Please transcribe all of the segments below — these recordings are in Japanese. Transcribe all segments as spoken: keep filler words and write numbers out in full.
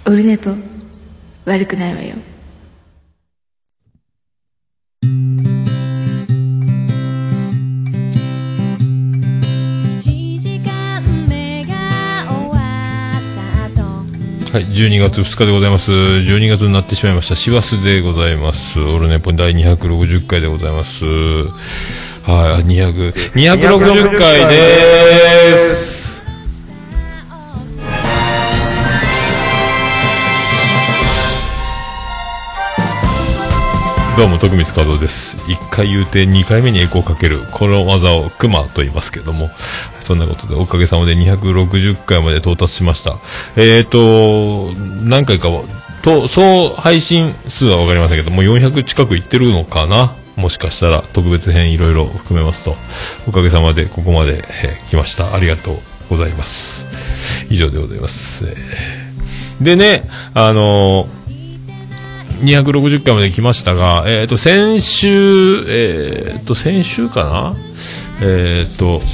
オルネポ悪くないわよ。 はい、じゅうにがつふつかでございます。じゅうにがつになってしまいました。師走でございます。オルネポだいにひゃくろくじゅっかいでございます。はい、にひゃく、にひゃくろくじゅっかいでーす。どうも徳光和夫です。いっかい言うてにかいめにエコーかけるこの技をクマと言いますけども、そんなことでおかげさまでにひゃくろくじゅっかいまで到達しました。えーと何回かはと総配信数は分かりませんけどもよんひゃく近くいってるのかな、もしかしたら特別編いろいろ含めますとおかげさまでここまで、えー、来ました。ありがとうございます。以上でございます。えー、でね、あのーにひゃくろくじゅっかいまで来ましたが、えっと、先週、えっと、先週かなえっと、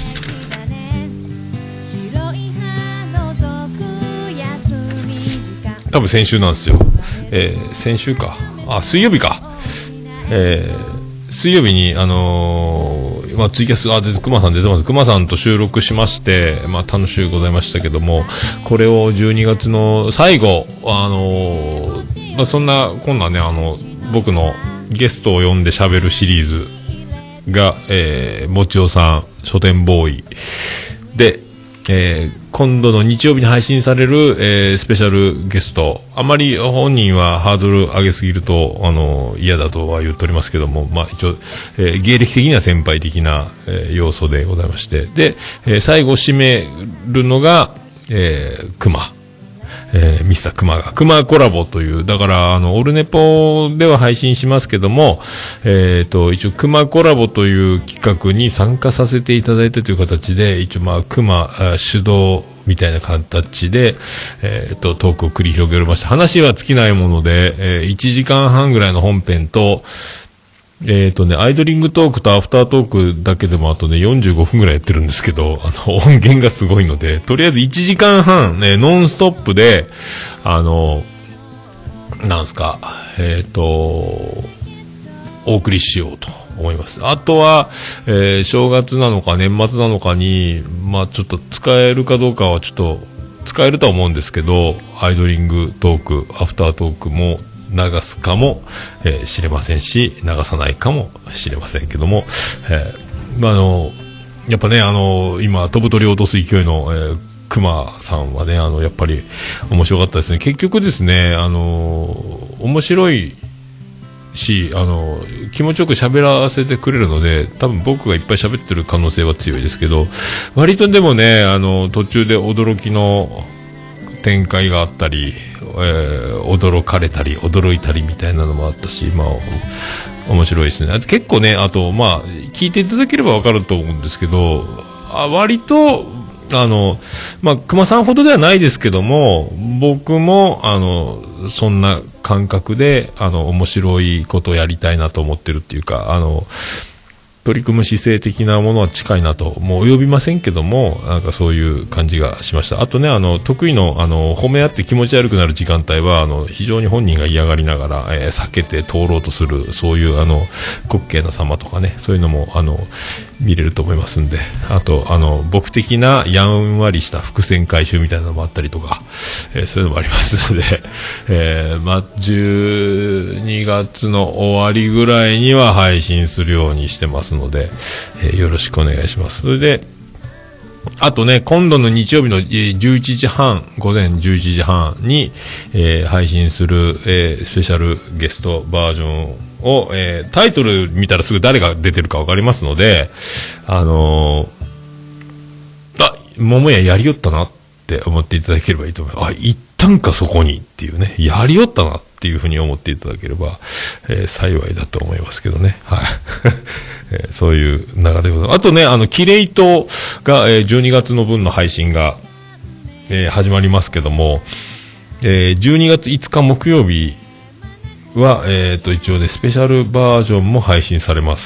多分先週なんですよ。えー、先週か。あ、水曜日か。えー、水曜日に、あのー、まあ、ツイキャス、あ、で、熊さん出てます。熊さんと収録しまして、まあ、楽しゅうございましたけども、これをじゅうにがつの最後、あのー、まあ、そんなこんなね、あの僕のゲストを呼んで喋るシリーズが、えー、もちおさん書店ボーイで、えー、今度の日曜日に配信される、えー、スペシャルゲスト、あまり本人はハードル上げすぎるとあの嫌だとは言っておりますけども、まあ、一応、えー、芸歴的には先輩的な、えー、要素でございまして、で、えー、最後締めるのが、えー、熊えー、ミスタークマがクマコラボという、だからあのオルネポでは配信しますけども、えっと一応クマコラボという企画に参加させていただいたという形で、一応まあクマ主導みたいな形で、えっとトークを繰り広げました。話は尽きないもので、えー、いちじかんはんぐらいの本編と、えっとね、アイドリングトークとアフタートークだけでもあとね、よんじゅうごふんぐらいやってるんですけど、あの、音源がすごいので、とりあえずいちじかんはんね、ノンストップで、あの、なんすか、えっと、お送りしようと思います。あとは、えー、正月なのか年末なのかに、まあちょっと使えるかどうかはちょっと、使えるとは思うんですけど、アイドリングトーク、アフタートークも、流すかも、えー、知れませんし、流さないかもしれませんけども、えー、まあ、あの、やっぱね、あの、今、飛ぶ鳥を落とす勢いの、えー、熊さんはね、あの、やっぱり面白かったですね。結局ですね、あの、面白いし、あの、気持ちよく喋らせてくれるので、多分僕がいっぱい喋ってる可能性は強いですけど、割とでもね、あの、途中で驚きの展開があったり、えー、驚かれたり驚いたりみたいなのもあったし、まあ面白いですね。結構ね、あとまあ聞いていただければわかると思うんですけど、あ割とあのまあ熊さんほどではないですけども、僕もあのそんな感覚であの面白いことをやりたいなと思ってるっていうか、あの取り組む姿勢的なものは近いなと、もう及びませんけども、なんかそういう感じがしました。あとね、あの、得意の、あの、褒め合って気持ち悪くなる時間帯は、あの、非常に本人が嫌がりながら、えー、避けて通ろうとする、そういう、あの、滑稽な様とかね、そういうのも、あの、見れると思いますんで、あと、あの、僕的なやんわりした伏線回収みたいなのもあったりとか、えー、そういうのもありますので、えー、まあ、じゅうにがつの終わりぐらいには配信するようにしてますので、えー、よろしくお願いします。それで、あとね、今度の日曜日のじゅういちじはん、午前じゅういちじはんに、えー、配信する、えー、スペシャルゲストバージョンを、えー、タイトル見たらすぐ誰が出てるかわかりますので、あのー、あ、桃屋やりよったなって思っていただければいいと思います。あ、行ったんかそこにっていうね、やりよったなっていうふうに思っていただければ、えー、幸いだと思いますけどね。はい。えー、そういう流れでございます。あとね、あの、キレイトが、えー、じゅうにがつの分の配信が、えー、始まりますけども、えー、じゅうにがついつか木曜日は、えっと、一応ね、スペシャルバージョンも配信されます。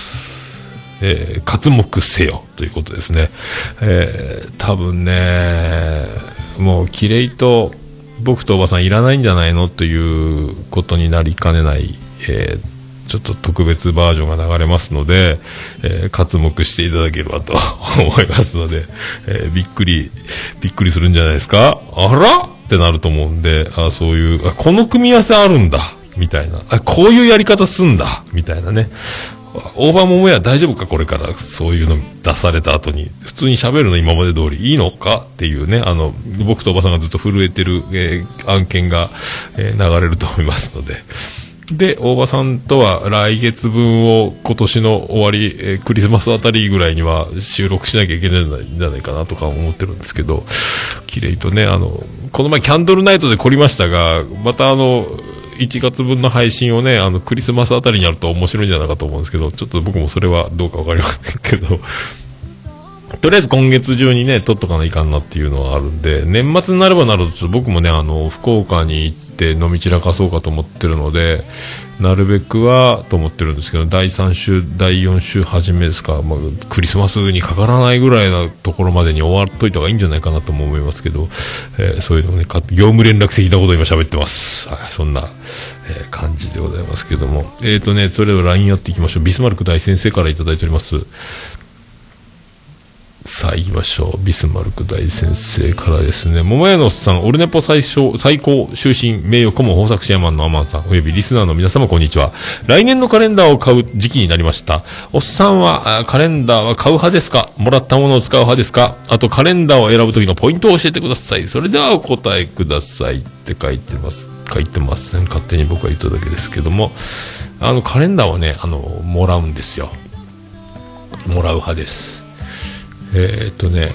えー、活目せよということですね。えー、多分ね、もうキレイト僕とおばさんいらないんじゃないのということになりかねない、えーちょっと特別バージョンが流れますので、えー、刮目していただければと思いますので、えー、びっくりびっくりするんじゃないですか。あらってなると思うんで、あ、そういうあこの組み合わせあるんだみたいな、あこういうやり方すんだみたいなね。オーバーモモや大丈夫かこれからそういうの出された後に普通に喋るの今まで通りいいのかっていうね、あの僕とおばさんがずっと震えてる、えー、案件が、えー、流れると思いますので。で、大場さんとは来月分を今年の終わり、えー、クリスマスあたりぐらいには収録しなきゃいけないんじゃないかなとか思ってるんですけど、綺麗とね、あの、この前キャンドルナイトで凝りましたが、またあの、いちがつぶんの配信をね、あの、クリスマスあたりにやると面白いんじゃないかと思うんですけど、ちょっと僕もそれはどうかわかりませんけど、とりあえず今月中にね、撮っとかないかんなっていうのはあるんで、年末になればなると、ちょっと僕もね、あの、福岡に行って飲み散らかそうかと思ってるので、なるべくはと思ってるんですけど、だいさん週、だいよん週初めですか、まあ、クリスマスにかからないぐらいなところまでに終わっといた方がいいんじゃないかなとも思いますけど、えー、そういうのをね、業務連絡的なことを今喋ってます。はい、そんな、えー、感じでございますけども。えーとね、それを ライン やっていきましょう。ビスマルク大先生からいただいております。さあ行きましょう。ビスマルク大先生からですね、桃屋のおっさん、オルネポ最小最高終身名誉顧問豊作チェアマンのアマンさんおよびリスナーの皆様こんにちは。来年のカレンダーを買う時期になりました。おっさんはカレンダーは買う派ですか、もらったものを使う派ですか、あとカレンダーを選ぶ時のポイントを教えてください。それではお答えくださいって書いてます書いてません。勝手に僕は言っただけですけども、あのカレンダーはね、あのもらうんですよ。もらう派です。えー、っとね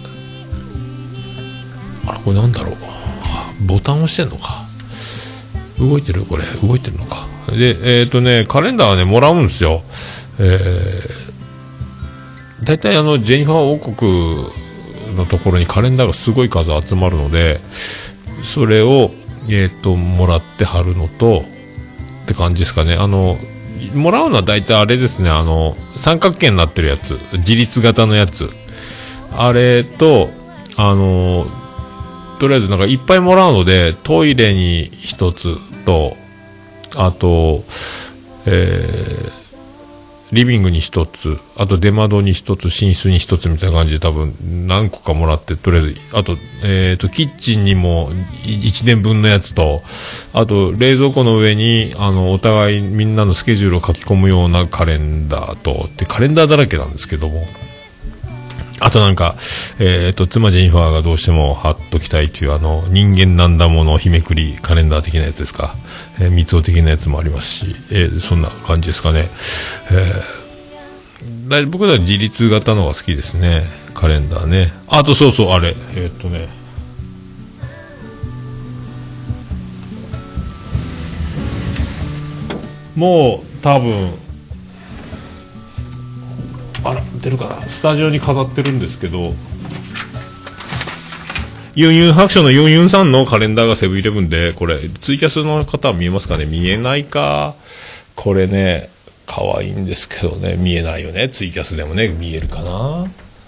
あれこれなんだろう、ボタン押してんのか、動いてる、これ動いてるのかで、えー、っとねカレンダーはねもらうんですよ。えー、だいたいあのジェニファー王国のところにカレンダーがすごい数集まるので、それをえー、っともらって貼るのとって感じですかね。あのもらうのはだいたいあれですね、あの三角形になってるやつ、自立型のやつ、あれと、あのとりあえずなんかいっぱいもらうので、トイレに一つと、あと、えー、リビングに一つ、あと出窓に一つ、寝室に一つみたいな感じで多分何個かもらって、とりあえず、あと、えーと、キッチンにもいちねんぶんのやつと、あと冷蔵庫の上に、あの、お互いみんなのスケジュールを書き込むようなカレンダーと、で、カレンダーだらけなんですけども、あとなんか、えーと、妻ジェニファーがどうしても貼っときたいというあの、人間なんだもの日めくりカレンダー的なやつですか。えー、三つお的なやつもありますし、えー、そんな感じですかね。えー、だ僕は自立型のが好きですね。カレンダーね。あとそうそう、あれ。えー、っとね。もう多分、あら出るかな、スタジオに飾ってるんですけど、ユンユン白書のユンユンさんのカレンダーがセブンイレブンで、これツイキャスの方は見えますかね。見えないか、これね可愛いんですけどね、見えないよね。ツイキャスでもね見えるかな、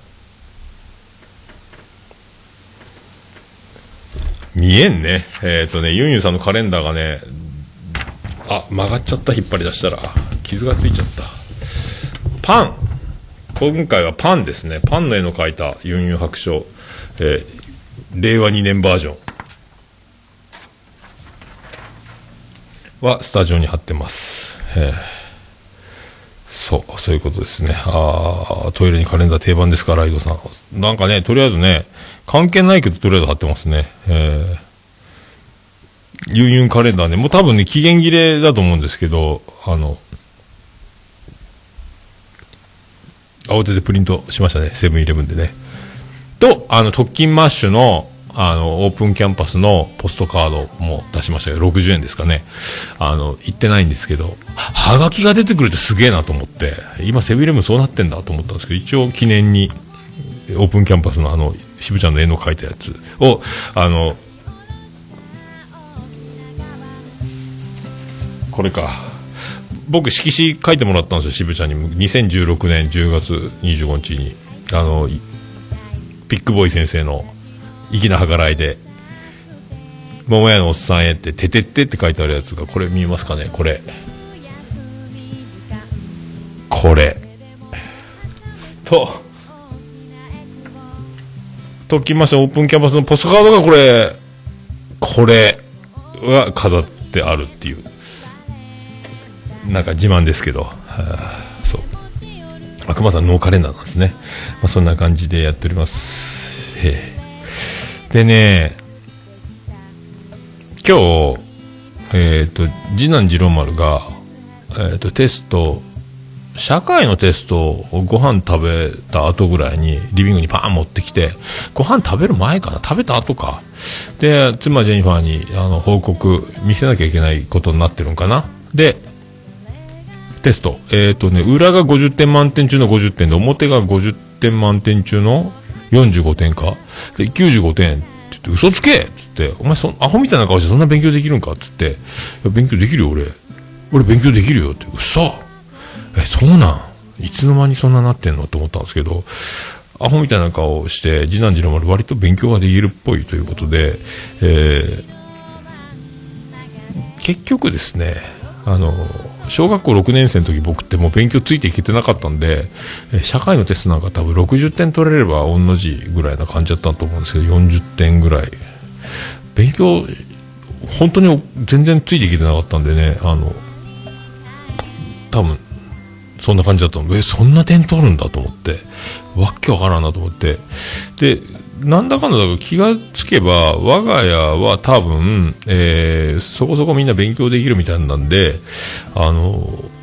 見えんね。えっとねユンユンさんのカレンダーがね、あ曲がっちゃった、引っ張り出したら傷がついちゃった。パン、今回はパンですね。パンの絵の描いたユンユン白書、えー、れいわにねんバージョンはスタジオに貼ってます。えー、そうそういうことですね。あ、トイレにカレンダー定番ですか、ライドさん。なんかね、とりあえずね関係ないけどとりあえず貼ってますね。えー、ユンユンカレンダーね、もう多分ね期限切れだと思うんですけど、あの慌ててプリントしましたね、セブンイレブンでね。と、あの、特勤マッシュの、あの、オープンキャンパスのポストカードも出しましたよ。ろくじゅうえんですかね。あの、行ってないんですけど、はがきが出てくるってすげえなと思って、今セブンイレブンそうなってんだと思ったんですけど、一応記念に、オープンキャンパスのあの、渋ちゃんの絵の描いたやつを、あの、これか。僕色紙書いてもらったんですよ、渋ちゃんに。にせんじゅうろくねんじゅうがつにじゅうごにちにあのピックボーイ先生の粋な計らいで桃屋のおっさんへってててってって書いてあるやつが、これ見えますかね、これこれとときましてオープンキャンパスのポストカードがこれこれが飾ってあるっていう、なんか自慢ですけど、はあ、そうあくまさんノーカレンダーなんですね。まあ、そんな感じでやっております。へでね、今日えっ、ー、と次男次郎丸が、えー、とテスト社会のテストをご飯食べた後ぐらいにリビングにパーン持ってきて、ご飯食べる前かな、食べた後かで妻ジェニファーにあの報告見せなきゃいけないことになってるんかな。でテストえっ、ー、とね裏がごじゅってん満点中のごじゅってんで、表がごじゅってん満点中のよんじゅうごてんかできゅうじゅうごてんって言って、嘘つけっつって、お前そアホみたいな顔してそんな勉強できるんかっつって、勉強できるよ俺俺勉強できるよって、嘘えそうなんいつの間にそんななってんのって思ったんですけど、アホみたいな顔して次男次郎丸割と勉強ができるっぽいということで、えー、結局ですね、あの小学校ろくねん生の時僕ってもう勉強ついていけてなかったんで、社会のテストなんか多分ろくじゅってん取れれば同じぐらいな感じだったと思うんですけど、よんじゅってんぐらい勉強本当に全然ついていけてなかったんでね、あの多分そんな感じだったので、えそんな点取るんだと思って、わっけわからんなと思って、でなんだかんだだ気がつけば我が家は多分、えー、そこそこみんな勉強できるみたいなんで、あの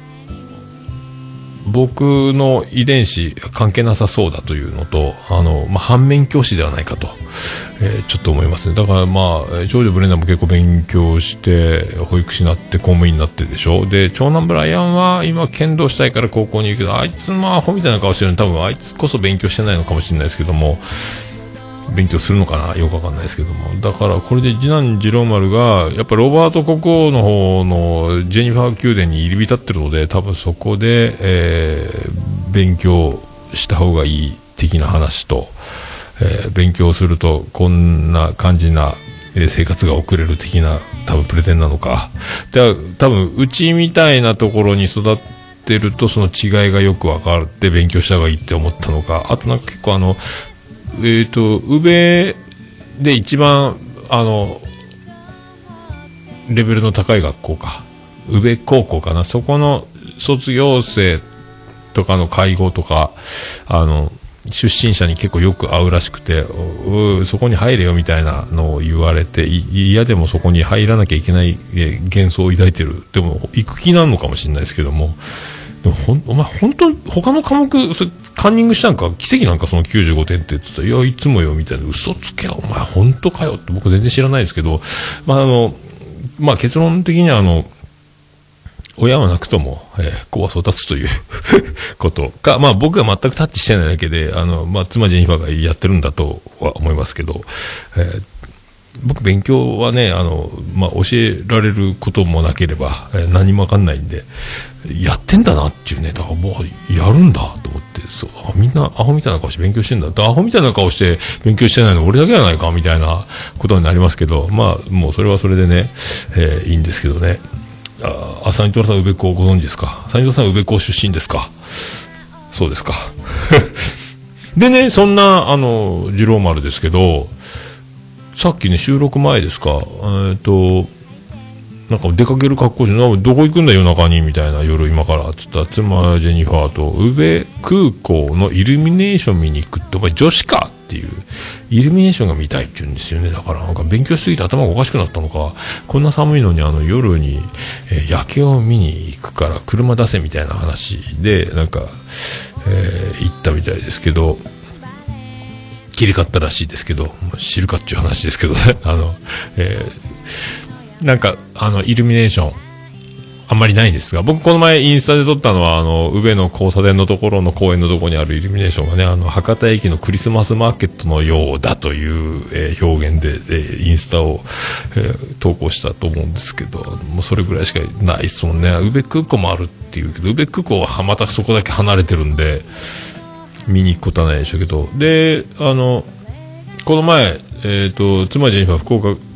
僕の遺伝子関係なさそうだというのと、あの、まあ、反面教師ではないかと、えー、ちょっと思いますね。だからまあ長女ブレンダーも結構勉強して保育士になって公務員になってるでしょ。で長男ブライアンは今剣道したいから高校に行くけど、あいつまあアホみたいな顔してるので多分あいつこそ勉強してないのかもしれないですけども、勉強するのかなよくわかんないですけども、だからこれで次男次郎丸がやっぱロバート国王の方のジェニファー宮殿に入り浸ってるので、多分そこで、えー、勉強した方がいい的な話と、えー、勉強するとこんな感じな生活が送れる的な多分プレゼンなのか、で多分うちみたいなところに育ってるとその違いがよく分かって勉強した方がいいって思ったのか、あとなんか結構あのえっと宇部で一番あのレベルの高い学校か、宇部高校かな、そこの卒業生とかの会合とかあの出身者に結構よく会うらしくて、そこに入れよみたいなのを言われて、嫌でもそこに入らなきゃいけない幻想を抱いてる。でも行く気なのかもしれないですけども、でもほんお前本当に他の科目カンニングしたんか奇跡なんかそのきゅうじゅうごてんって言ってたら、いやいつもよみたいな、嘘つけよお前本当かよって僕全然知らないですけど、まああのまあ結論的にはあの親はなくとも、えー、子は育つということか、まあ僕が全くタッチしてないだけで、あのまあ妻ジェニファーがやってるんだとは思いますけど、えー、僕勉強はねあのまあ教えられることもなければ、えー、何もわかんないんでやってんだなっていうね、だからもうやるんだと思って、そうみんなアホみたいな顔して勉強してんだ、アホみたいな顔して勉強してないの俺だけじゃないかみたいなことになりますけど、まあもうそれはそれでね、えー、いいんですけどね。あ、あ、サニトラさん宇部校ご存知ですか？サニトラさん宇部校出身ですか？そうですか。でね、そんなあの次郎丸ですけど、さっきね収録前ですか、えっとなんか出かける格好して、どこ行くんだ夜中にみたいな、夜今からっつったら妻ジェニファーと宇部空港のイルミネーション見に行くって、お前女子かっていう、イルミネーションが見たいって言うんですよね。だからなんか勉強しすぎて頭がおかしくなったのか、こんな寒いのにあの夜に、えー、夜景を見に行くから車出せみたいな話でなんか、えー、行ったみたいですけど、切り替ったらしいですけど、知るかっていう話ですけどね。あの、えーなんかあのイルミネーションあんまりないんですが、僕この前インスタで撮ったのはあの宇部の交差点のところの公園のところにあるイルミネーションがね、あの博多駅のクリスマスマーケットのようだという、えー、表現で、えー、インスタを、えー、投稿したと思うんですけど、もうそれぐらいしかないですもんね。宇部空港もあるっていうけど、宇部空港はまたそこだけ離れてるんで見に行くことはないでしょうけど、であのこの前えっと妻ジェニファー福岡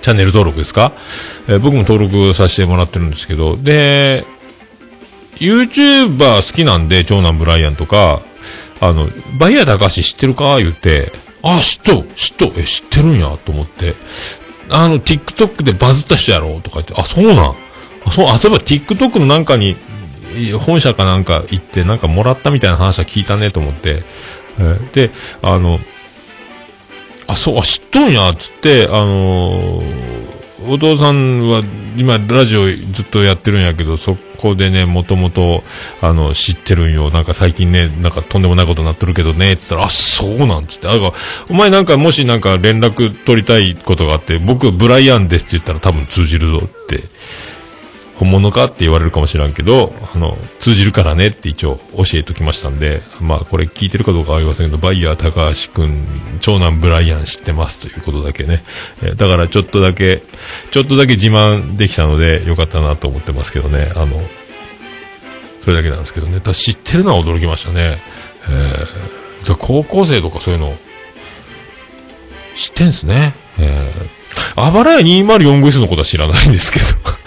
チャンネル登録ですか、えー、僕も登録させてもらってるんですけど、で、YouTuber 好きなんで、長男ブライアンとか、あの、バイヤー高橋知ってるか言って、あ、知っと知っとえ、知ってるんや、と思って、あの、TikTok でバズった人やろとか言って、あ、そうなん。あ、そう、あ、そういえば TikTok のなんかに、本社かなんか行って、なんかもらったみたいな話は聞いたねと思って、えー、で、あの、あ、そう、あ、知っとんや、つって、あのー、お父さんは今ラジオずっとやってるんやけど、そこでね、もともと、あの、知ってるんよ。なんか最近ね、なんかとんでもないことになってるけどね、つったら、あ、そうなんつって。あ、お前なんかもしなんか連絡取りたいことがあって、僕ブライアンですって言ったら多分通じるぞって。本物かって言われるかもしれんけど、あの、通じるからねって一応教えときましたんで、まあこれ聞いてるかどうかはありませんけど、バイヤー高橋くん、長男ブライアン知ってますということだけね。えー、だからちょっとだけ、ちょっとだけ自慢できたのでよかったなと思ってますけどね。あの、それだけなんですけどね。ただ知ってるのは驚きましたね。えー、高校生とかそういうの、知ってんすね。えー、あばらやにーまるよん号室のことは知らないんですけど。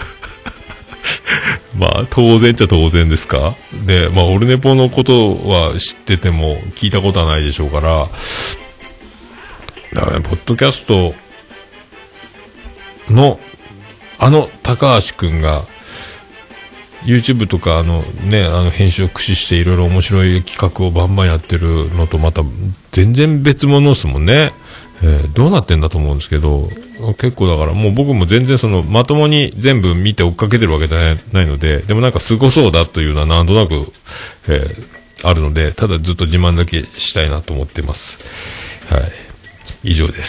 まあ、当然っちゃ当然ですか。で、まあ、オルネポのことは知ってても聞いたことはないでしょうから、だからね、ポッドキャストの、あの、高橋くんが、YouTube とか、あのね、あの、編集を駆使していろいろ面白い企画をバンバンやってるのとまた、全然別物ですもんね。えー、どうなってんだと思うんですけど、結構だからもう僕も全然そのまともに全部見て追っかけてるわけじゃないので、でもなんかすごそうだというのはなんとなく、えー、あるので、ただずっと自慢だけしたいなと思ってます。はい。以上です。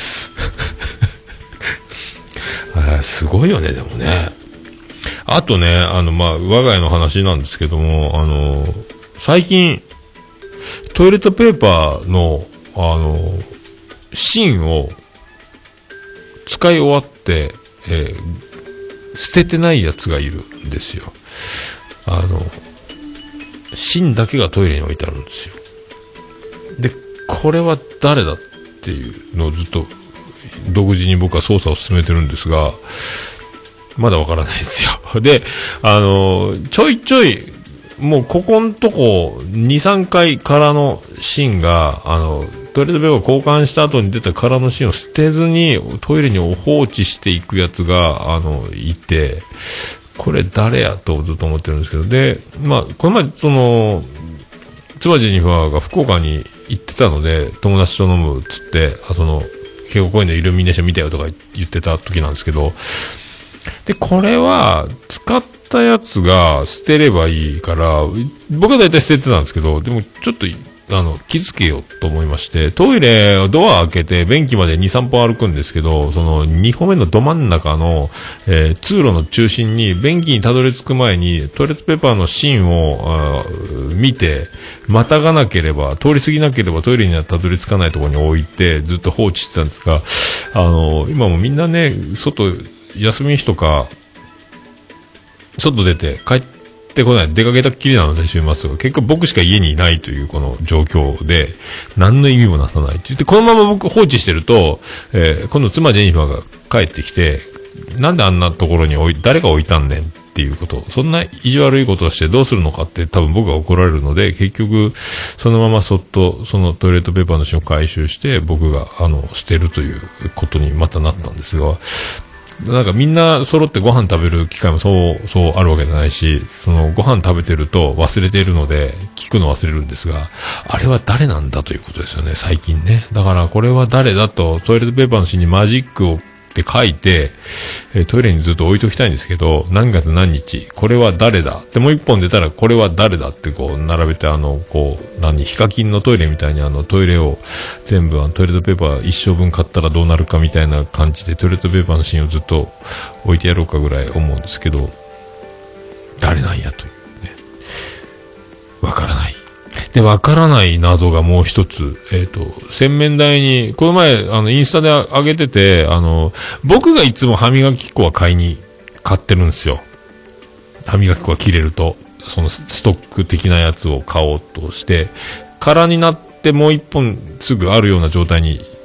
あ、すごいよね、でもね。あとね、あの、まあ、我が家の話なんですけども、あの、最近、トイレットペーパーの、あの、芯を使い終わって、えー、捨ててないやつがいるんですよ。あの、芯だけがトイレに置いてあるんですよ。で、これは誰だっていうのをずっと独自に僕は捜査を進めてるんですが、まだわからないですよ。で、あの、ちょいちょい、もうここんとこに、さんかい空の芯が、あの、トイレットペーパー交換した後に出た空の芯を捨てずにトイレに放置していくやつが、あの、いて、これ誰やとずっと思ってるんですけど、で、まあ、この前、その、妻ジェニファーが福岡に行ってたので、友達と飲むっつって、あその、京子公園のイルミネーション見たよとか言ってた時なんですけど、で、これは、使ったやつが捨てればいいから、僕は大体捨ててたんですけど、でもちょっと、あの、気づけようと思いまして、トイレ、ドア開けて、便器までに、さんぽ歩くんですけど、その、にほんめのど真ん中の、えー、通路の中心に、便器にたどり着く前に、トイレットペーパーの芯を、見て、またがなければ、通り過ぎなければトイレにはたどり着かないところに置いて、ずっと放置してたんですが、あの、今もみんなね、外、休みの日とか、外出て帰ってこない、出かけたっきりなので週末は結果僕しか家にいないというこの状況で何の意味もなさないって言って、このまま僕放置してると、えー、今度妻ジェニファーが帰ってきて、なんであんなところに置い誰が置いたんねんっていうこと、そんな意地悪いことをしてどうするのかって多分僕が怒られるので、結局そのままそっとそのトイレットペーパーの芯を回収して僕があの捨てるということにまたなったんですが、なんかみんな揃ってご飯食べる機会もそう、そうあるわけじゃないし、そのご飯食べてると忘れているので、聞くの忘れるんですが、あれは誰なんだということですよね、最近ね。だからこれは誰だと、トイレットペーパーの芯にマジックをって書いて、えー、トイレにずっと置いときたいんですけど、何月何日、これは誰だってもう一本出たらこれは誰だってこう並べて、あの、こう、何、ヒカキンのトイレみたいにあのトイレを全部あのトイレットペーパー一生分買ったらどうなるかみたいな感じでトイレットペーパーの芯をずっと置いてやろうかぐらい思うんですけど、誰なんやと、ね、わからない。で、わからない謎がもう一つ。えっと、洗面台に、この前、あの、インスタで上げてて、あの、僕がいつも歯磨き粉は買いに、買ってるんですよ。歯磨き粉が切れると、そのストック的なやつを買おうとして、空になってもう一本すぐあるような状態に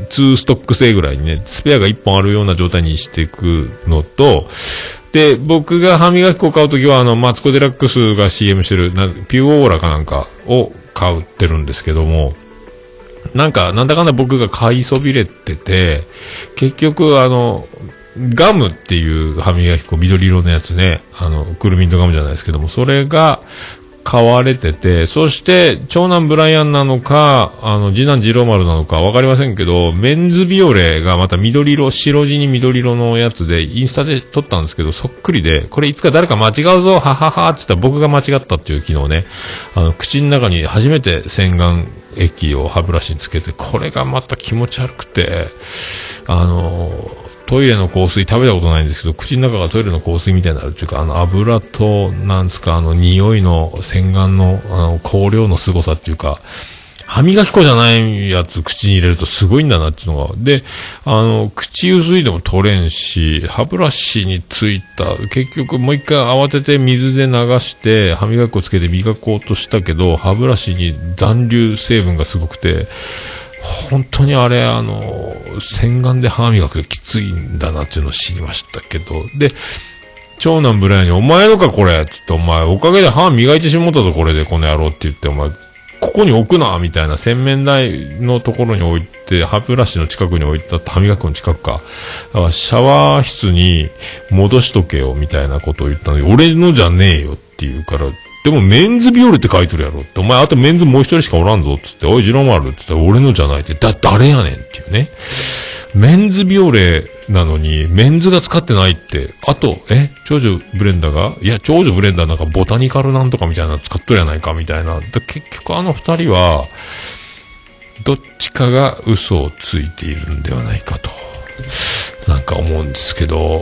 にストック制ぐらいにね、スペアがいっぽんあるような状態にしていくのと、で、僕が歯磨き粉を買うときは、あの、マツコデラックスが シーエム してる、なピューオーラかなんかを買ってるんですけども、なんか、なんだかんだ僕が買いそびれてて、結局、あの、ガムっていう歯磨き粉、緑色のやつね、あの、クルミントガムじゃないですけども、それが買われてて、そして、長男ブライアンなのか、あの、次男次郎丸なのかわかりませんけど、メンズビオレがまた緑色、白地に緑色のやつで、インスタで撮ったんですけど、そっくりで、これいつか誰か間違うぞ、はははって言ったら僕が間違ったっていう昨日ね、あの、口の中に初めて洗顔液を歯ブラシにつけて、これがまた気持ち悪くて、あの、トイレの香水食べたことないんですけど、口の中がトイレの香水みたいになるっていうか、あの油と、なんですか、あの匂いの洗顔の、あの香料の凄さっていうか、歯磨き粉じゃないやつ口に入れるとすごいんだなっていうのが。で、あの、口ゆすいでも取れんし、歯ブラシについた、結局もう一回慌てて水で流して、歯磨き粉つけて磨こうとしたけど、歯ブラシに残留成分がすごくて、本当にあれ、あの、洗顔で歯磨くときついんだなっていうのを知りましたけど、で、長男ブライアンに、お前のかこれつって、お前、おかげで歯磨いてしもったぞこれで、この野郎って言って、お前、ここに置くなみたいな、洗面台のところに置いて、歯ブラシの近くに置いた歯磨き粉の近くか。だからシャワー室に戻しとけよみたいなことを言ったのに、俺のじゃねえよって言うから、でもメンズビオレって書いてるやろって、お前あとメンズもう一人しかおらんぞっつって、おいジローマルって言ったら俺のじゃないって、だ、誰やねんっていうね。メンズビオレなのに、メンズが使ってないって、あと、え長女ブレンダーがいや、長女ブレンダーなんかボタニカルなんとかみたいなの使っとるやないかみたいな。で結局あの二人は、どっちかが嘘をついているんではないかと、なんか思うんですけど、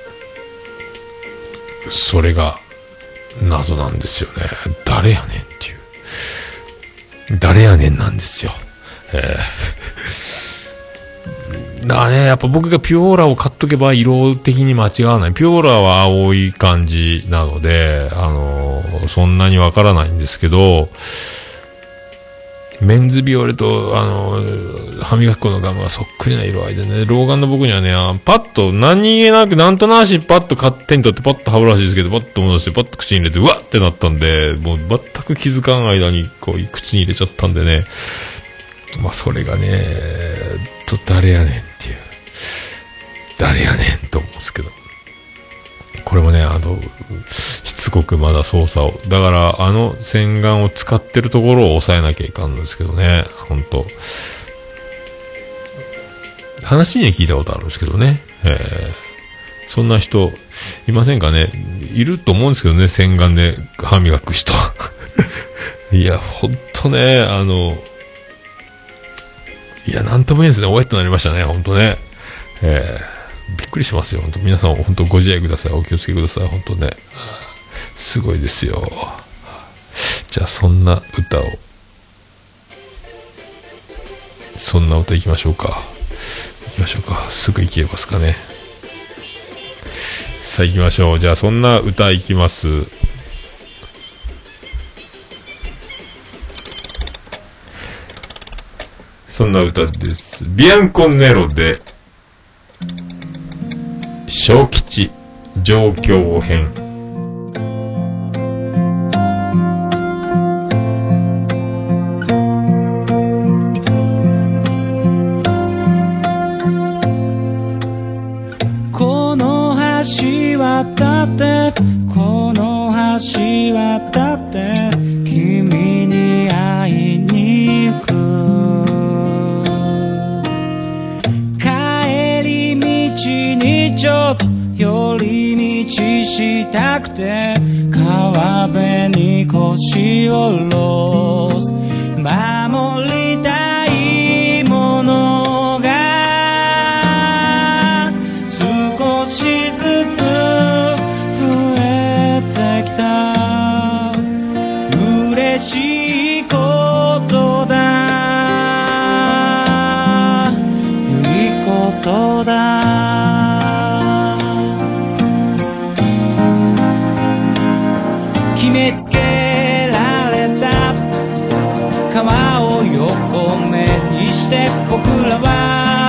それが、謎なんですよね。誰やねんっていう。誰やねんなんですよ。えー、だからね、やっぱ僕がピュオーラを買っとけば色的に間違わない。ピュオーラは青い感じなので、あのー、そんなにわからないんですけど、メンズビオレと、あのー、歯磨き粉のガムがそっくりな色合いでね、老眼の僕にはね、パッと何気なく、なんとなしパッと勝手に取って、パッと歯ブラシですけど、パッと戻して、パッと口に入れて、うわってなったんで、もう全く気づかん間に、こう、口に入れちゃったんでね、まあ、それがね、と、誰やねんっていう、誰やねんと思うんですけど、これもね、あの、しつこくまだ操作を。だから、あの洗顔を使ってるところを抑えなきゃいかんのですけどね。ほんと。話には聞いたことあるんですけどね。えー、そんな人、いませんかね。いると思うんですけどね、洗顔で歯磨く人。いや、ほんとね、あの、いや、なんともいいですね。おえっとなりましたね、ほんとね。えーびっくりしますよ、本当皆さん、本当ご自愛ください。お気をつけください、本当ね。すごいですよ。じゃあ、そんな歌を。そんな歌いきましょうか。いきましょうか。すぐいけますかね。さあ、行きましょう。じゃあ、そんな歌いきます。そんな歌です。ビアンコネロで、小吉状況編。 この橋渡ってこの橋渡って君に会いに行く、帰り道にちょっと寄り道したくて川辺に腰を下ろす、守りたいものが少しずつ増えてきた、嬉しいことだ、いいことだ、決めつけられた川を横目にして僕らは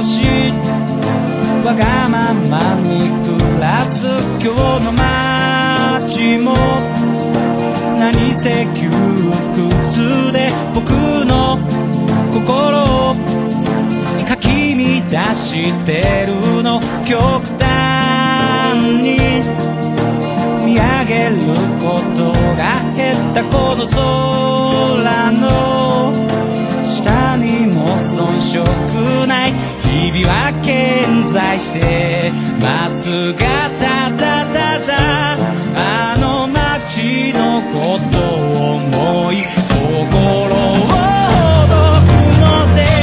しわがままに暮らす今日の街も何せ窮屈で僕の心をかき乱してるの極端に見上げることが減ったこの空の下にも遜色ない日々は健在してますがただただあの街のことを思い心をほどくので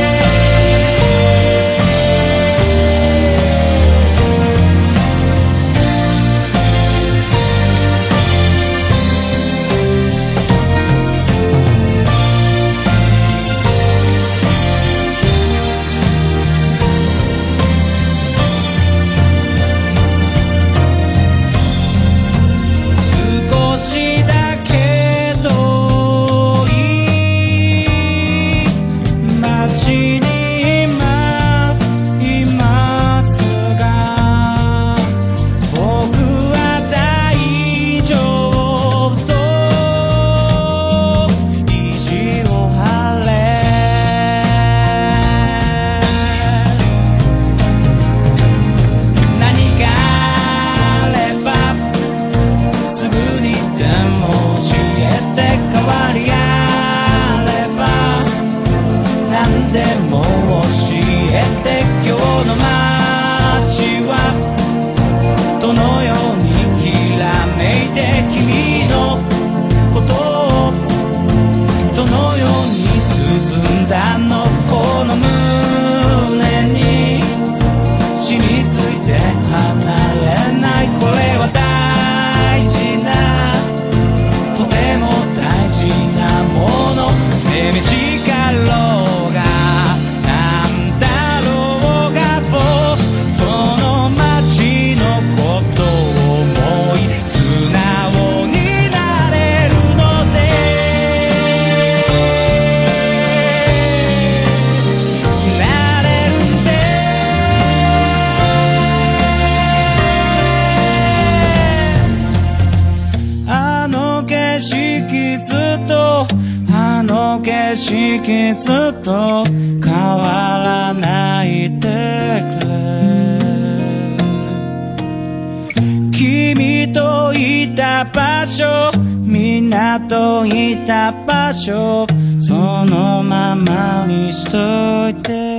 ずっと変わらないでくれ君といた場所みんなといた場所そのままにしといて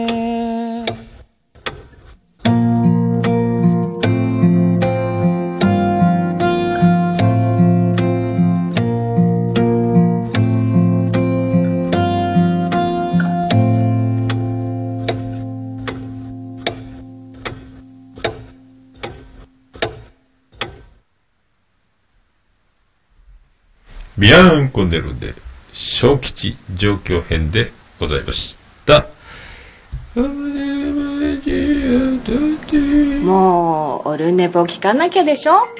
ビアンコネルで小吉状況編でございました。 もうオルネポ聞かなきゃでしょ。 はい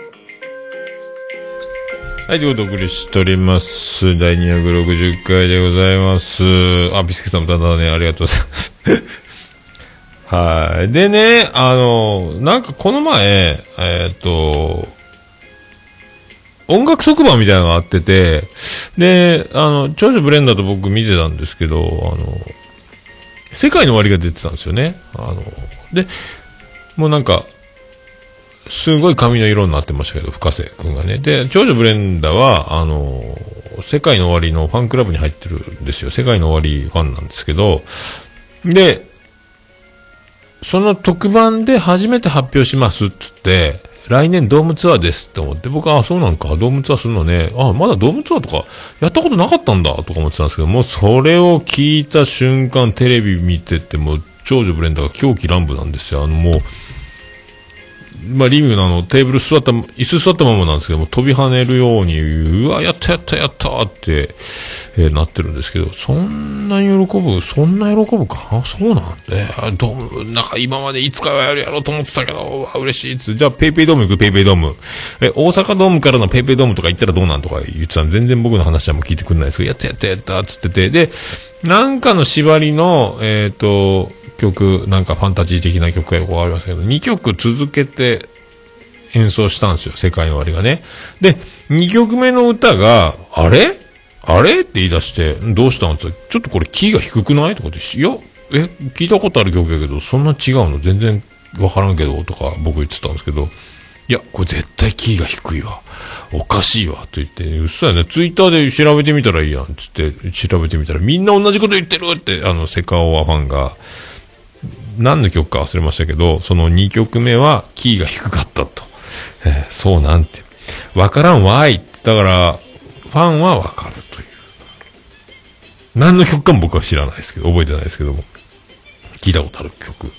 、ということでお送りしておりますだいにひゃくろくじゅっかいでございます。あ、ビスケさんもただね、ありがとうございますはい。でね、あのなんかこの前えー、っと音楽特番みたいなのがあってて、で、あの、長女ブレンダーと僕見てたんですけど、あの、世界の終わりが出てたんですよね。あの、で、もうなんか、すごい髪の色になってましたけど、深瀬くんがね。で、長女ブレンダーは、あの、世界の終わりのファンクラブに入ってるんですよ。世界の終わりファンなんですけど、で、その特番で初めて発表しますっつって、来年ドームツアーですって思って、僕は、あ、そうなんか、ドームツアーするのね、あ、まだドームツアーとか、やったことなかったんだ、とか思ってたんですけど、もうそれを聞いた瞬間、テレビ見てても、長女ブレンダーが狂気乱舞なんですよ。あの、もう、まあ、リビングのあの、テーブル座った、椅子座ったままなんですけども、飛び跳ねるように、うわ、やったやったやったって、えー、なってるんですけど、そんなに喜ぶ、そんな喜ぶか、あ、そうなんで、どう、なんか今までいつかはやるやろうと思ってたけど、わ、嬉しいっつ。じゃあ、ペイペイドーム行く、ペイペイドーム。え、大阪ドームからのペイペイドームとか行ったらどうなんとか言ってたんで、全然僕の話はもう聞いてくれないですけど、やったやったやったっつってて、で、なんかの縛りの、えっと、 曲、なんかファンタジー的な曲がよくありますけど、にきょく続けて演奏したんですよ、世界の終わりがね。で、にきょくめの歌が、あれあれって言い出して、どうしたんって言ったら、ちょっとこれキーが低くないとかで、いや、え、聞いたことある曲やけど、そんな違うの全然わからんけど、とか僕言ってたんですけど、いや、これ絶対キーが低いわ。おかしいわ。と言って、うっそやね、ツイッターで調べてみたらいいやん。つって、調べてみたら、みんな同じこと言ってるって、あの、セカオワファンが、何の曲か忘れましたけど、そのにきょくめはキーが低かったと。えー、そうなんて。わからんわーいって。だから、ファンはわかるという。何の曲かも僕は知らないですけど、覚えてないですけども。聞いたことある曲。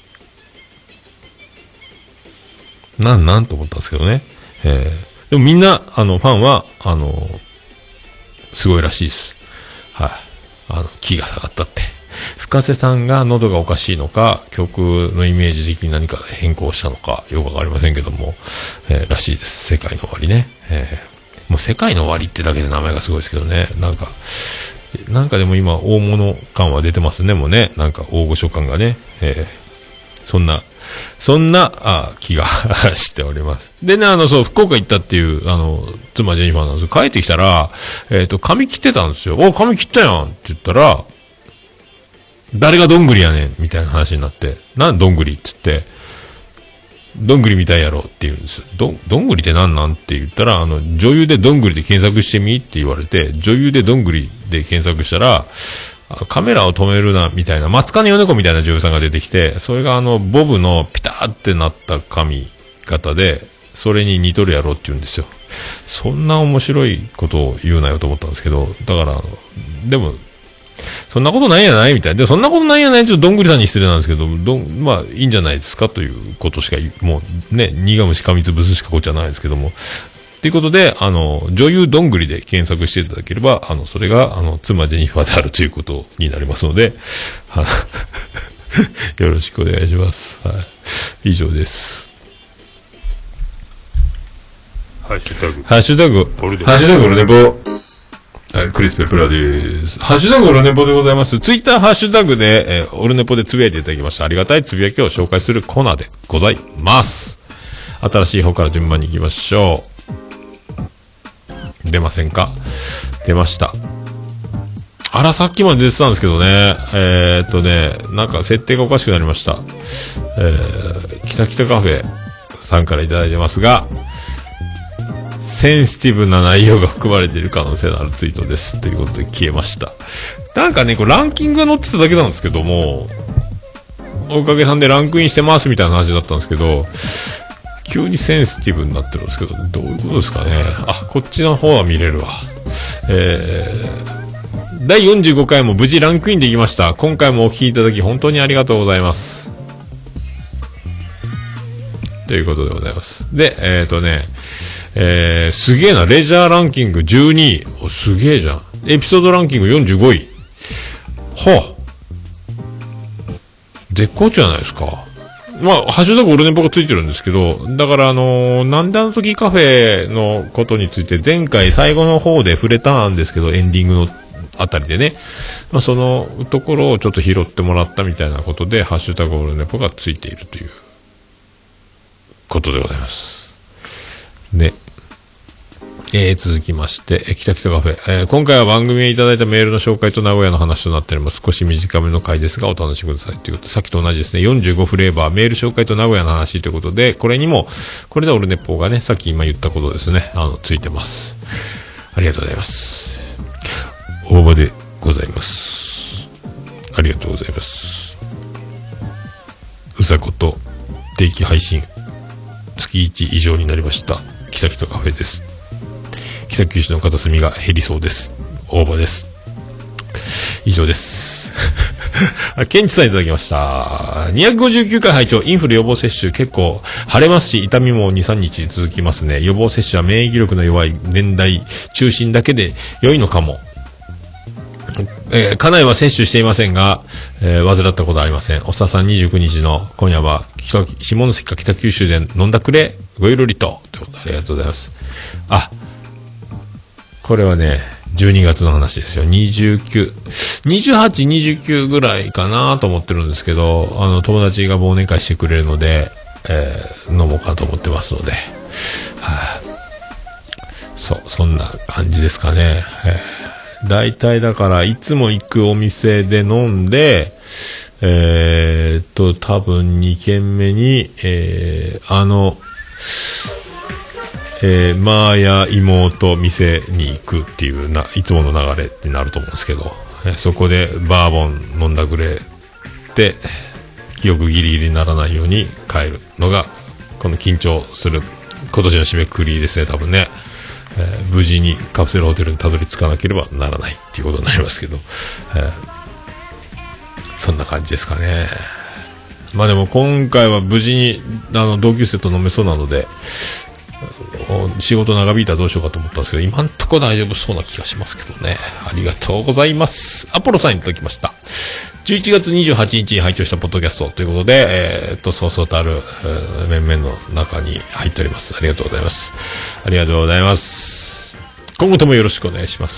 なんなんと思ったんですけどね。えー、でもみんな、あの、ファンは、あの、すごいらしいです。はい。あの、キーが下がったって。深瀬さんが喉がおかしいのか、曲のイメージ的に何か変更したのか、よくわかりませんけども、えー、らしいです。世界の終わりね。えー、もう世界の終わりってだけで名前がすごいですけどね。なんか、なんかでも今、大物感は出てますね、もうね。なんか大御所感がね。えー、そんな、そんな、あ気がしております。でね、あの、そう、福岡行ったっていう、あの、妻ジェニファーなんですけど、帰ってきたら、えっと、髪切ってたんですよ。お、髪切ったやんって言ったら、誰がどんぐりやねんみたいな話になって、なんどんぐりって言って、どんぐりみたいやろって言うんです。ど、どんぐりってなんなんって言ったら、あの、女優でどんぐりで検索してみって言われて、女優でどんぐりで検索したら、カメラを止めるな、みたいな、松金米子みたいな女優さんが出てきて、それがあの、ボブのピターってなった髪型で、それに似とるやろって言うんですよ。そんな面白いことを言うなよと思ったんですけど、だから、でも、そんなことないやないみたいな。で、そんなことないやないちょっとどんぐりさんに失礼なんですけど、どん、まあ、いいんじゃないですかということしか、もうね、苦虫噛みつぶすしかこっちはないですけども。ということで、あの、女優どんぐりで検索していただければ、あの、それが、あの、妻ジェニファーであるということになりますので、あのよろしくお願いします。はい。以上です。 ハッシュタグ。 ハッシュタグ。ハッシュタグオルネポ。はい、クリス・ペプラです。ハッシュタグオルネポでございます。ツイッターハッシュタグで、えー、オルネポでつぶやいていただきました。ありがたいつぶやきを紹介するコーナーでございます。新しい方から順番に行きましょう。出ませんか？出ました。あら、さっきまで出てたんですけどね。えー、っとね、なんか設定がおかしくなりました。えー、キタキタカフェさんからいただいてますが、センシティブな内容が含まれている可能性のあるツイートです。ということで消えました。なんかね、これランキングが載ってただけなんですけども、おかげさんでランクインしてますみたいな話だったんですけど、急にセンシティブになってるんですけど、どういうことですかね。あ、こっちの方は見れるわ。えー、だいよんじゅうごかいも無事ランクインできました。今回もお聞きいただき本当にありがとうございます。ということでございます。で、えっとね、えー、すげえな、レジャーランキングじゅうにい。お、すげえじゃん。エピソードランキングよんじゅうごい。はあ。絶好調じゃないですか。まあ、ハッシュタグオルネポがついてるんですけど、だからあのー、なんであの時カフェのことについて前回最後の方で触れたんですけど、エンディングのあたりでね、まあそのところをちょっと拾ってもらったみたいなことで、ハッシュタグオルネポがついているということでございます。ね。えー、続きまして、えー、キタキタカフェ、えー。今回は番組へいただいたメールの紹介と名古屋の話となっております。少し短めの回ですがお楽しみください。ということで、さっきと同じですね。よんじゅうごフレーバー、メール紹介と名古屋の話ということで、これにも、これでオルネポがね、さっき今言ったことですね。あの、ついてます。ありがとうございます。大場でございます。ありがとうございます。うさこと定期配信、月いち以上になりました。キタキタカフェです。北九州の片隅が減りそうです。大場です。以上です。ケンチさんいただきました。にひゃくごじゅうきゅうかい拝聴。インフル予防接種結構腫れますし、痛みもに、さんにち続きますね。予防接種は免疫力の弱い年代中心だけで良いのかも。えー、家内は接種していませんが、えー、患ったことありません。おっささんにじゅうくにちの今夜は、下関か北九州で飲んだくれ、ごゆるりと。ということでありがとうございます。あ、これはね、 じゅうにがつの話ですよ。にじゅうきゅう、にじゅうはち、にじゅうきゅうぐらいかなと思ってるんですけど、あの、友達が忘年会してくれるので、えー、飲もうかと思ってますので、はい、あ、そう、そんな感じですかね。えー、大体だから、いつも行くお店で飲んで、えーっと、多分にけんめに、えー、あの、えー、まーや妹店に行くっていうな、いつもの流れになると思うんですけど、えー、そこでバーボン飲んだくれて、記憶ギリギリにならないように帰るのが、この緊張する今年の締めくくりですね、多分ね。えー、無事にカプセルホテルにたどり着かなければならないっていうことになりますけど、えー、そんな感じですかね。まあでも今回は無事にあの同級生と飲めそうなので、仕事長引いたらどうしようかと思ったんですけど、今んとこ大丈夫そうな気がしますけどね。ありがとうございます。アポロさんいただきました。じゅういちがつにじゅうはちにちに拝聴したポッドキャストということで、えー、っと、そうそうたる、えー、面々の中に入っております。ありがとうございます。ありがとうございます。今後ともよろしくお願いします。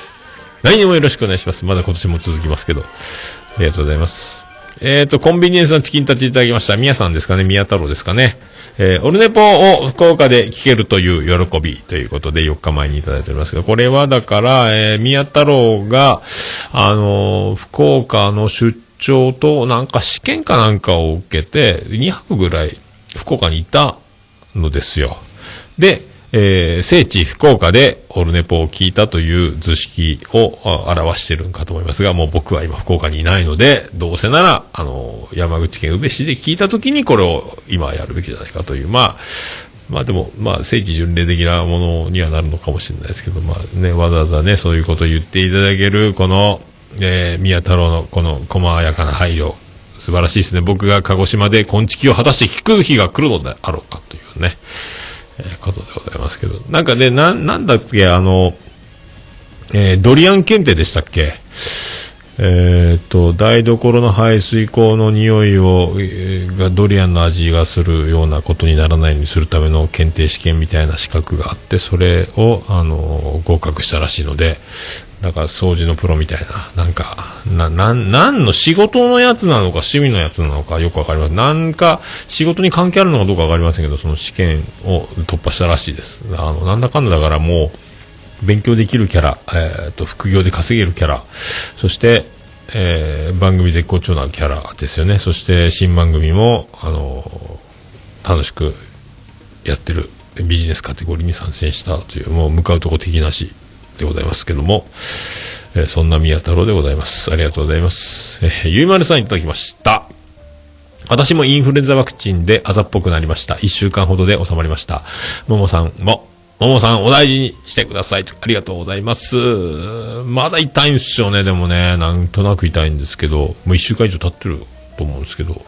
来年もよろしくお願いします。まだ今年も続きますけど。ありがとうございます。えー、っと、コンビニエンスのチキンたちいただきました。宮さんですかね、宮太郎ですかね。えー、オルネポを福岡で聞けるという喜びということでよっかまえにいただいておりますけど、これはだから、えー、宮太郎が、あのー、福岡の出張となんか試験かなんかを受けて、にはくぐらい福岡にいたのですよ。で、えー、聖地福岡でオルネポを聞いたという図式を表してるんかと思いますが、もう僕は今福岡にいないので、どうせなら、あの、山口県宇部市で聞いたときにこれを今やるべきじゃないかという、まあ、まあでも、まあ聖地巡礼的なものにはなるのかもしれないですけど、まあね、わざわざね、そういうことを言っていただける、この、えー、宮太郎のこの細やかな配慮、素晴らしいですね。僕が鹿児島で昆虫を果たして聞く日が来るのであろうかというね。えー、ことでございますけど。なんかね、な、なんだっけ、あの、えー、ドリアン検定でしたっけ？えー、っと、台所の排水口の匂いを、えー、がドリアンの味がするようなことにならないようにするための検定試験みたいな資格があって、それを、あの、合格したらしいので、だから掃除のプロみたいな、なんか、な、なん、なんの仕事のやつなのか趣味のやつなのかよくわかりません。なんか仕事に関係あるのかどうかわかりませんけど、その試験を突破したらしいです。あの、なんだかんだだからもう、勉強できるキャラ、えー、っと、副業で稼げるキャラ、そして、えー、番組絶好調なキャラですよね。そして新番組も、あのー、楽しくやってるビジネスカテゴリーに参戦したという、もう向かうとこ敵なしでございますけども、えー、そんな宮太郎でございます。ありがとうございます。えー、ゆいまるさんいただきました。私もインフルエンザワクチンであざっぽくなりました。いっしゅうかんほどで収まりました。ももさんも、ももさんお大事にしてください。ありがとうございます。まだ痛いんですよね。でもね、なんとなく痛いんですけど、もういっしゅうかん以上経ってると思うんですけど、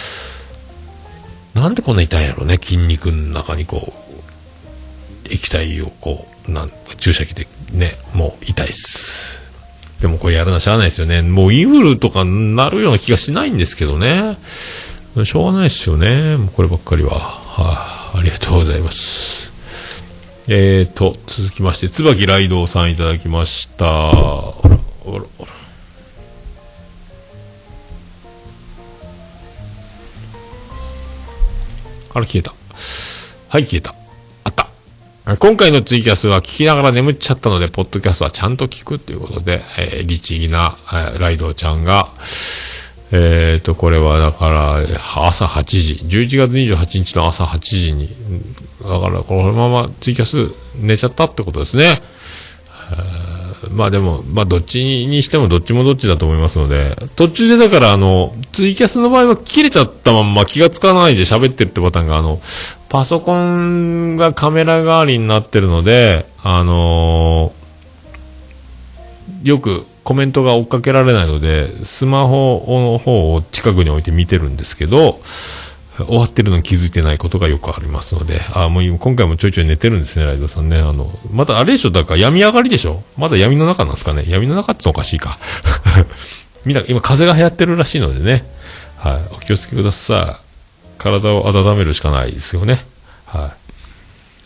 なんでこんな痛いんやろね。筋肉の中にこう、液体をこう、なん注射器でね、もう痛いっす。でもこれやらなしゃあないですよね。もうインフルとかなるような気がしないんですけどね。しょうがないですよね。もうこればっかりは。はあ、ありがとうございます。えーと、続きまして、椿ライドウさんいただきました。あら、あら、あら。あら、消えた。はい、消えた。あった。今回のツイキャスは聞きながら眠っちゃったので、ポッドキャストはちゃんと聞くということで、えー、律儀な、えー、ライドウちゃんが、えーと、これはだから、朝はちじ、じゅういちがつにじゅうはちにちの朝はちじに、だから、このままツイキャス寝ちゃったってことですね。まあでも、まあどっちにしてもどっちもどっちだと思いますので、途中でだからあの、ツイキャスの場合は切れちゃったまんま気がつかないで喋ってるってパターンが、あの、パソコンがカメラ代わりになってるので、あのー、よくコメントが追っかけられないので、スマホの方を近くに置いて見てるんですけど、終わってるのに気づいてないことがよくありますので、あ、もう今回もちょいちょい寝てるんですね、ライドさんね。あの、またあれでしょ、だから闇上がりでしょ、まだ闇の中なんですかね。闇の中ってのおかしいか。みんな、今風が流行ってるらしいのでね。はい。お気をつけください。体を温めるしかないですよね。はい。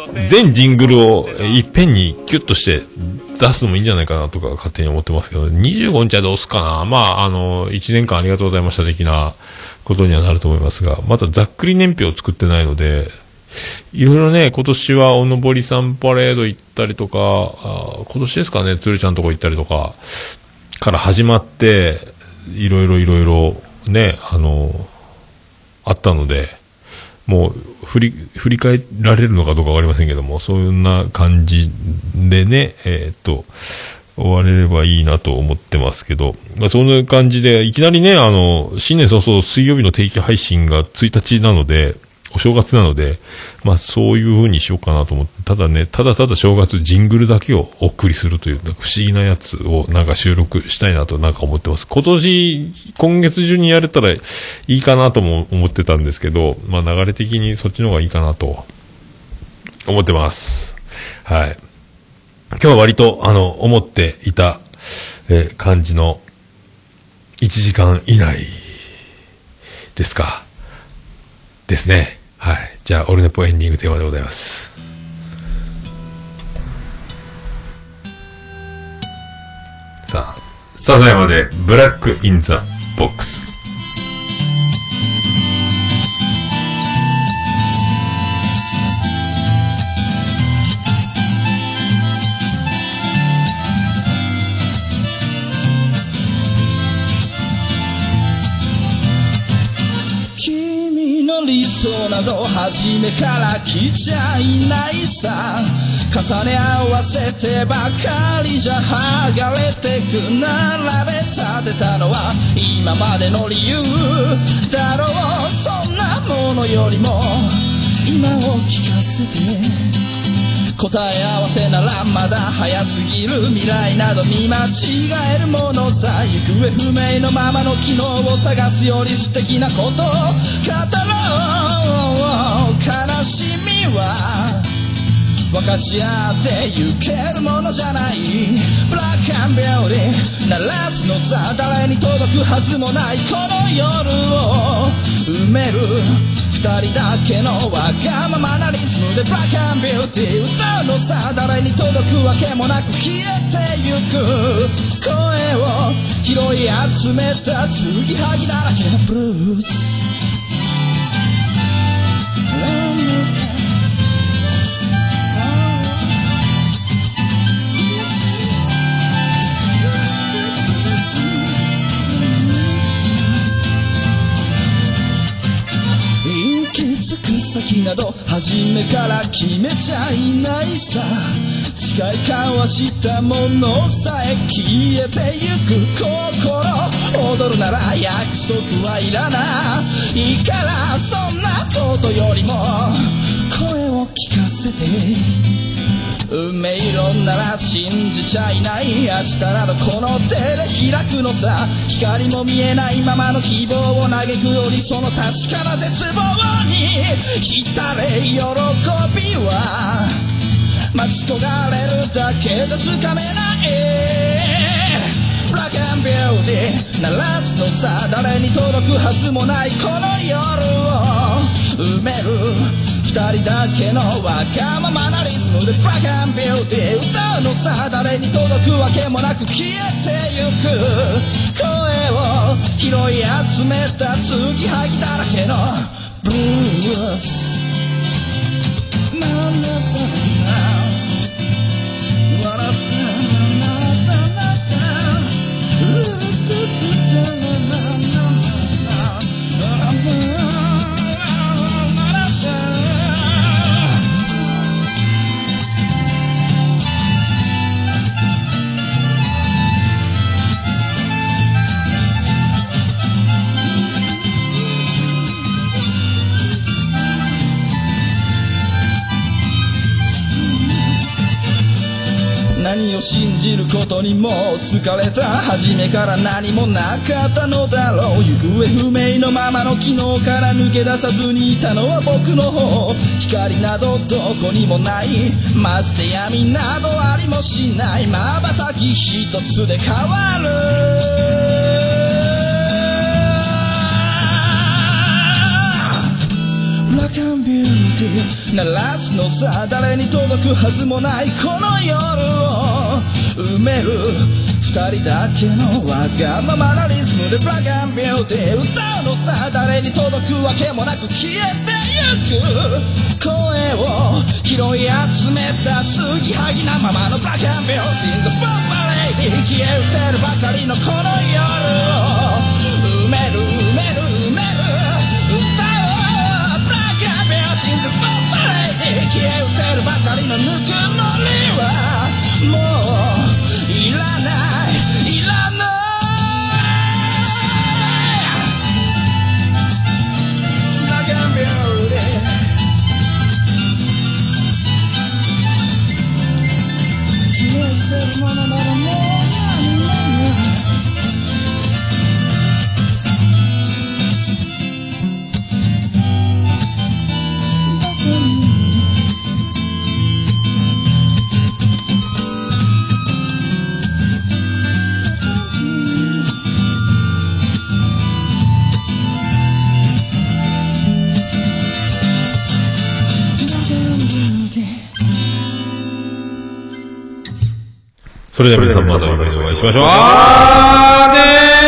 全ジングルをいっぺんにキュッとして出すのもいいんじゃないかなとか勝手に思ってますけど、にじゅうごにちはどうすかな。まあ、あの、いちねんかんありがとうございました的なことにはなると思いますが、またざっくり年表を作ってないので、いろいろね、今年はおのぼりさんパレード行ったりとか、あ今年ですかね、つるちゃんとこ行ったりとか、から始まって、いろいろいろいろね、あの、あったので、もう振り、振り返られるのかどうかわかりませんけども、そんな感じでね、えー、っと、終われればいいなと思ってますけど、まあ、そんな感じで、いきなりね、あの、新年早々水曜日の定期配信がついたちなので、お正月なので、まあそういう風にしようかなと思って、ただね、ただただ正月ジングルだけをお送りするという不思議なやつをなんか収録したいなとなんか思ってます。今年、今月中にやれたらいいかなとも思ってたんですけど、まあ流れ的にそっちの方がいいかなと思ってます。はい。今日は割とあの、思っていた、えー、感じのいちじかん以内ですか。ですね。はい。じゃあ、オルネポエンディングテーマでございます。さあ、サザエまでブラックインザボックス。 理想など初めから来ちゃいないさ、重ね合わせてばかりじゃ剥がれてく、並べ立てたのは今までの理由だろう。そんなものよりも今を聞かせて、答え合わせならまだ早すぎる、未来など見間違えるものさ、行方不明のままの昨日を探すより素敵なことを語ろう。悲しみは分かち合ってゆけるものじゃない、ブラックアンビューティー鳴らすのさ、誰に届くはずもないこの夜を埋める二人だけのわがままなリズムでブラックアンビューティー歌うのさ、誰に届くわけもなく消えてゆく声を拾い集めた継ぎはぎだらけのブルース。先など初めから決めちゃいないさ、誓い交わしたものさえ消えてゆく心、踊るなら約束はいらないから、そんなことよりも声を聞かせて、運命論なら信じちゃいない、明日などこの手で開くのさ、光も見えないままの希望を嘆くより、その確かな絶望に浸れ喜びは待ち焦がれるだけじゃつかめない。ブラックアンビューティー鳴らすのさ、誰に届くはずもないこの夜を埋める二人だけのわがままなリズムでブラックアンビューティー歌うのさ、誰に届くわけもなく消えてゆく声を拾い集めた継ぎはぎだらけのブルース。なんだそれな笑って何を信じることにも疲れた、初めから何もなかったのだろう。行方不明のままの昨日から抜け出さずにいたのは僕の方、光などどこにもない、まして闇などありもしない、瞬き一つで変わるブラックアンビューティーティ鳴らすのさ誰に届くはずもないこの夜を埋める二人だけのわがままなリズムでブラガンビューティー歌うのさ誰に届くわけもなく消えてゆく声を拾い集めた継ぎはぎなままのブラガンビューティー The Bomb Lady 消え失せるばかりのこの夜を埋める埋める埋める歌うブラガンビューティー The Bomb Lady 消え失せるばかりのぬくもりはもういらないいらないブラガンビューティーそれでは皆さんまた夢でお会いしましょう。あー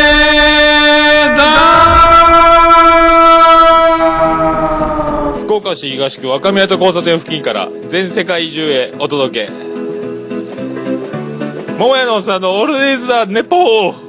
でーだー福岡市東区若宮と交差点付近から全世界中へお届け。桃屋のおっさんのオールディーズだネポー。